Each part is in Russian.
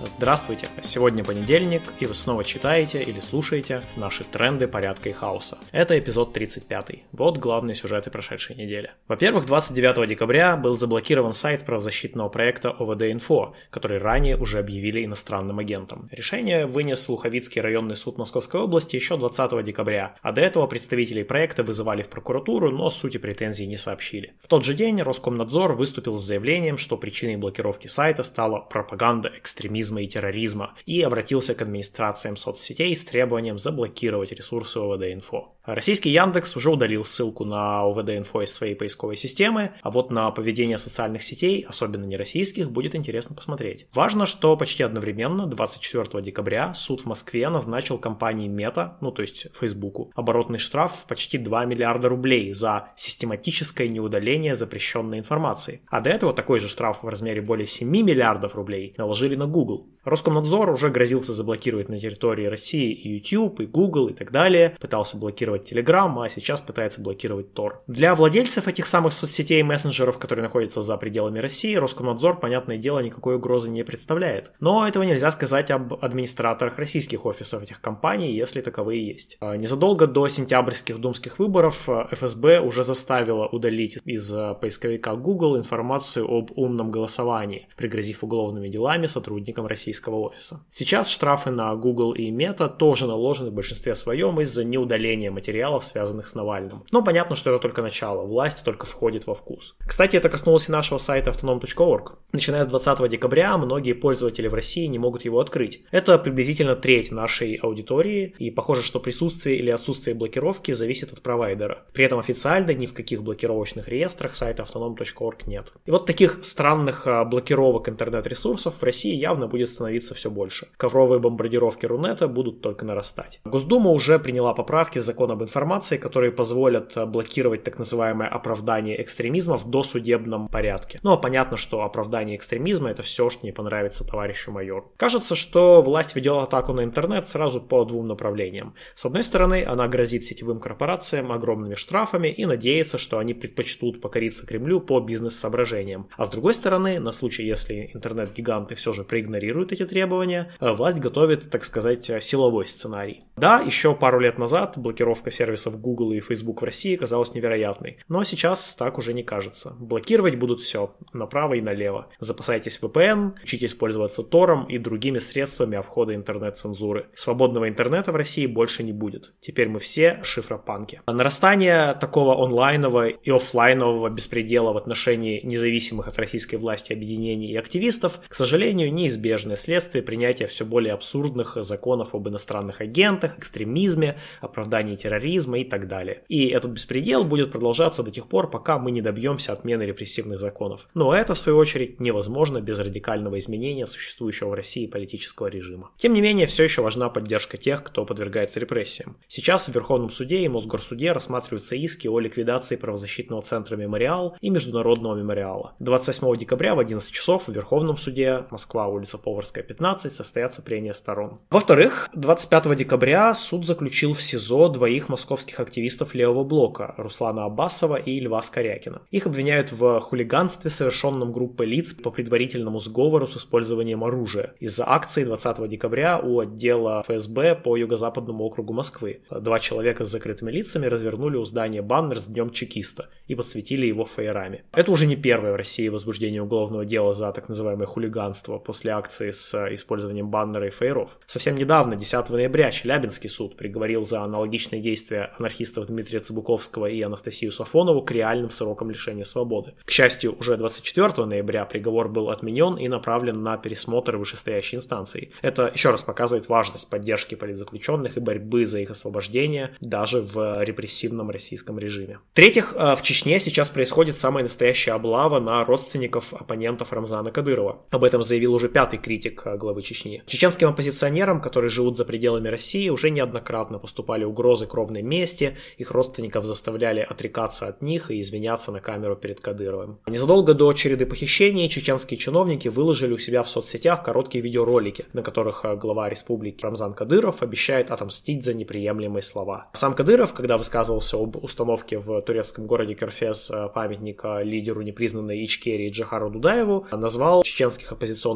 Здравствуйте! Сегодня понедельник, и вы снова читаете или слушаете наши тренды порядка и хаоса. Это эпизод 35. Вот главные сюжеты прошедшей недели. Во-первых, 29 декабря был заблокирован сайт правозащитного проекта ОВД-Инфо, который ранее уже объявили иностранным агентом. Решение вынес Луховицкий районный суд Московской области еще 20 декабря, а до этого представителей проекта вызывали в прокуратуру, но сути претензий не сообщили. В тот же день Роскомнадзор выступил с заявлением, что причиной блокировки сайта стала пропаганда экстремизма и терроризма, и обратился к администрациям соцсетей с требованием заблокировать ресурсы ОВД-Инфо. Российский Яндекс уже удалил ссылку на ОВД-Инфо из своей поисковой системы, а вот на поведение социальных сетей, особенно нероссийских, будет интересно посмотреть. Важно, что почти одновременно, 24 декабря, суд в Москве назначил компании Meta, то есть Фейсбуку, оборотный штраф в почти 2 миллиарда рублей за систематическое неудаление запрещенной информации. А до этого такой же штраф в размере более 7 миллиардов рублей наложили на Google. Роскомнадзор уже грозился заблокировать на территории России и YouTube, и Google, и так далее. Пытался блокировать Telegram, а сейчас пытается блокировать Tor. Для владельцев этих самых соцсетей и мессенджеров, которые находятся за пределами России, Роскомнадзор, понятное дело, никакой угрозы не представляет. Но этого нельзя сказать об администраторах российских офисов этих компаний, если таковые есть. Незадолго до сентябрьских думских выборов ФСБ уже заставила удалить из поисковика Google информацию об умном голосовании, пригрозив уголовными делами сотрудникам российского офиса. Сейчас штрафы на Google и Meta тоже наложены в большинстве своем из-за неудаления материалов, связанных с Навальным. Но понятно, что это только начало, власть только входит во вкус. Кстати, это коснулось и нашего сайта autonom.org. Начиная с 20 декабря многие пользователи в России не могут его открыть. Это приблизительно треть нашей аудитории, и похоже, что присутствие или отсутствие блокировки зависит от провайдера. При этом официально ни в каких блокировочных реестрах сайта autonom.org нет. И вот таких странных блокировок интернет-ресурсов в России явно будет становиться все больше. Ковровые бомбардировки Рунета будут только нарастать. Госдума уже приняла поправки в закон об информации, которые позволят блокировать так называемое оправдание экстремизма в досудебном порядке. А понятно, что оправдание экстремизма — это все, что не понравится товарищу майору. Кажется, что власть ведет атаку на интернет сразу по двум направлениям. С одной стороны, она грозит сетевым корпорациям огромными штрафами и надеется, что они предпочтут покориться Кремлю по бизнес-соображениям. А с другой стороны, на случай, если интернет-гиганты все же проигнорируют эти требования, власть готовит, так сказать, силовой сценарий. Да, еще пару лет назад блокировка сервисов Google и Facebook в России казалась невероятной, но сейчас так уже не кажется. Блокировать будут все, направо и налево. Запасайтесь VPN, учитесь пользоваться Тором и другими средствами обхода интернет-цензуры. Свободного интернета в России больше не будет. Теперь мы все шифропанки. Нарастание такого онлайнового и офлайнового беспредела в отношении независимых от российской власти объединений и активистов, к сожалению, неизбежное следствие принятия все более абсурдных законов об иностранных агентах, экстремизме, оправдании терроризма и так далее. И этот беспредел будет продолжаться до тех пор, пока мы не добьемся отмены репрессивных законов. Но это, в свою очередь, невозможно без радикального изменения существующего в России политического режима. Тем не менее, все еще важна поддержка тех, кто подвергается репрессиям. Сейчас в Верховном суде и Мосгорсуде рассматриваются иски о ликвидации правозащитного центра «Мемориал» и Международного мемориала. 28 декабря в 11 часов в Верховном суде, Москва, улица Поварская, 15, состоятся прения сторон. Во-вторых, 25 декабря суд заключил в СИЗО двоих московских активистов левого блока, Руслана Аббасова и Льва Скорякина. Их обвиняют в хулиганстве, совершенном группой лиц по предварительному сговору с использованием оружия из-за акции 20 декабря у отдела ФСБ по Юго-Западному округу Москвы. Два человека с закрытыми лицами развернули у здания баннер с Днем чекиста и подсветили его фаерами. Это уже не первое в России возбуждение уголовного дела за так называемое хулиганство после акции с использованием баннера и фаеров. Совсем недавно, 10 ноября, Челябинский суд приговорил за аналогичные действия анархистов Дмитрия Цыбуковского и Анастасию Сафонову к реальным срокам лишения свободы. К счастью, уже 24 ноября приговор был отменен и направлен на пересмотр вышестоящей инстанции. Это еще раз показывает важность поддержки политзаключенных и борьбы за их освобождение даже в репрессивном российском режиме. В-третьих, в Чечне сейчас происходит самая настоящая облава на родственников оппонентов Рамзана Кадырова. Об этом заявил уже пятый критик главы Чечни. Чеченским оппозиционерам, которые живут за пределами России, уже неоднократно поступали угрозы кровной мести, их родственников заставляли отрекаться от них и извиняться на камеру перед Кадыровым. Незадолго до череды похищений чеченские чиновники выложили у себя в соцсетях короткие видеоролики, на которых глава республики Рамзан Кадыров обещает отомстить за неприемлемые слова. Сам Кадыров, когда высказывался об установке в турецком городе Керфес памятника лидеру непризнанной Ичкерии Джохару Дудаеву, назвал чеченских оппозиционных блогеров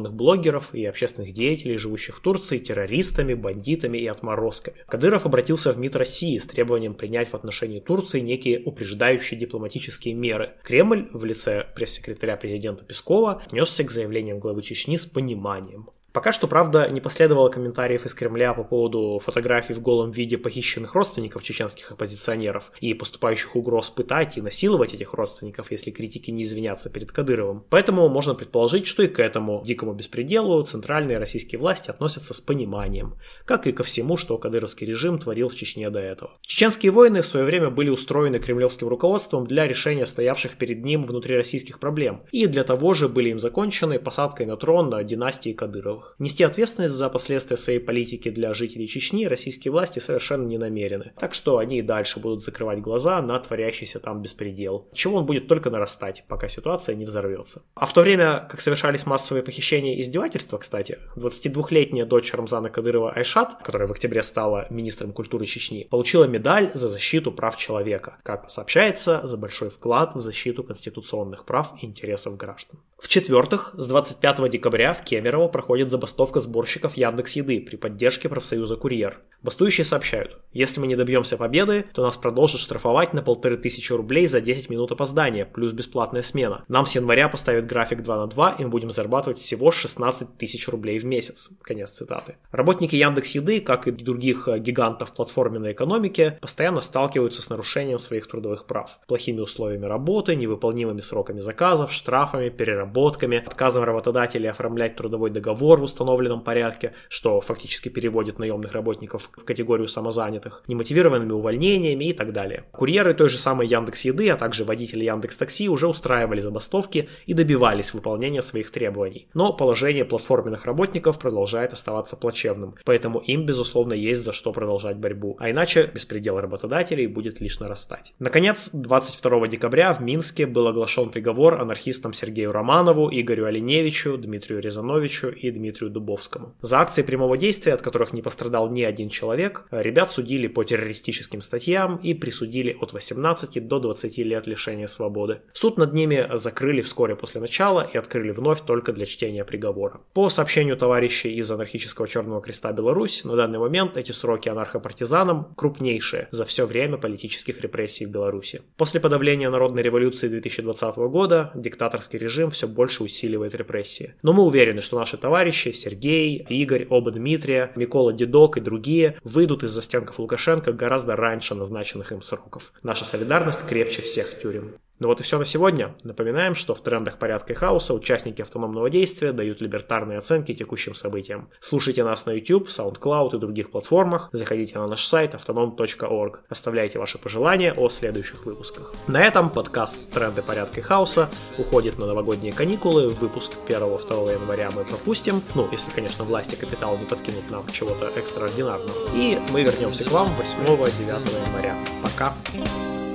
блогеров и общественных деятелей, живущих в Турции, террористами, бандитами и отморозками. Кадыров обратился в МИД России с требованием принять в отношении Турции некие упреждающие дипломатические меры. Кремль в лице пресс-секретаря президента Пескова отнесся к заявлениям главы Чечни с пониманием. Пока что, правда, не последовало комментариев из Кремля по поводу фотографий в голом виде похищенных родственников чеченских оппозиционеров и поступающих угроз пытать и насиловать этих родственников, если критики не извинятся перед Кадыровым. Поэтому можно предположить, что и к этому дикому беспределу центральные российские власти относятся с пониманием, как и ко всему, что кадыровский режим творил в Чечне до этого. Чеченские войны в свое время были устроены кремлевским руководством для решения стоявших перед ним внутрироссийских проблем, и для того же были им закончены посадкой на трон династии Кадыровых. Нести ответственность за последствия своей политики для жителей Чечни российские власти совершенно не намерены. Так что они и дальше будут закрывать глаза на творящийся там беспредел. Чего он будет только нарастать, пока ситуация не взорвется. А в то время, как совершались массовые похищения и издевательства, кстати, 22-летняя дочь Рамзана Кадырова Айшат, которая в октябре стала министром культуры Чечни, получила медаль за защиту прав человека. Как сообщается, за большой вклад в защиту конституционных прав и интересов граждан. В-четвертых, с 25 декабря в Кемерово проходит забастовка сборщиков Яндекс.Еды при поддержке профсоюза «Курьер». Бастующие сообщают: если мы не добьемся победы, то нас продолжат штрафовать на 1500 рублей за 10 минут опоздания, плюс бесплатная смена. Нам с января поставят график 2 на 2, и мы будем зарабатывать всего 16 тысяч рублей в месяц. Конец цитаты. Работники Яндекс.Еды, как и других гигантов платформенной экономики, постоянно сталкиваются с нарушением своих трудовых прав. Плохими условиями работы, невыполнимыми сроками заказов, штрафами, переработками, отказом работодателей оформлять трудовой договор в установленном порядке, что фактически переводит наемных работников в категорию самозанятых, немотивированными увольнениями и так далее. Курьеры той же самой Яндекс.Еды, а также водители Яндекс.Такси уже устраивали забастовки и добивались выполнения своих требований. Но положение платформенных работников продолжает оставаться плачевным, поэтому им, безусловно, есть за что продолжать борьбу, а иначе беспредел работодателей будет лишь нарастать. Наконец, 22 декабря в Минске был оглашен приговор анархистам Сергею Романову, Игорю Оленевичу, Дмитрию Резановичу и Дмитрию Дубовскому. За акции прямого действия, от которых не пострадал ни один человек, ребят судили по террористическим статьям и присудили от 18 до 20 лет лишения свободы. Суд над ними закрыли вскоре после начала и открыли вновь только для чтения приговора. По сообщению товарищей из анархического Черного Креста Беларусь, на данный момент эти сроки анархопартизанам крупнейшие за все время политических репрессий в Беларуси. После подавления народной революции 2020 года диктаторский режим все больше усиливает репрессии. Но мы уверены, что наши товарищи Сергей, Игорь, оба Дмитрия, Микола Дедок и другие выйдут из застенков Лукашенко гораздо раньше назначенных им сроков. Наша солидарность крепче всех тюрем. Ну вот и все на сегодня. Напоминаем, что в трендах порядка и хаоса участники автономного действия дают либертарные оценки текущим событиям. Слушайте нас на YouTube, SoundCloud и других платформах. Заходите на наш сайт autonom.org. Оставляйте ваши пожелания о следующих выпусках. На этом подкаст «Тренды порядка и хаоса» уходит на новогодние каникулы. Выпуск 1-2 января мы пропустим. Ну, если, конечно, власти капитала не подкинут нам чего-то экстраординарного. И мы вернемся к вам 8-9 января. Пока!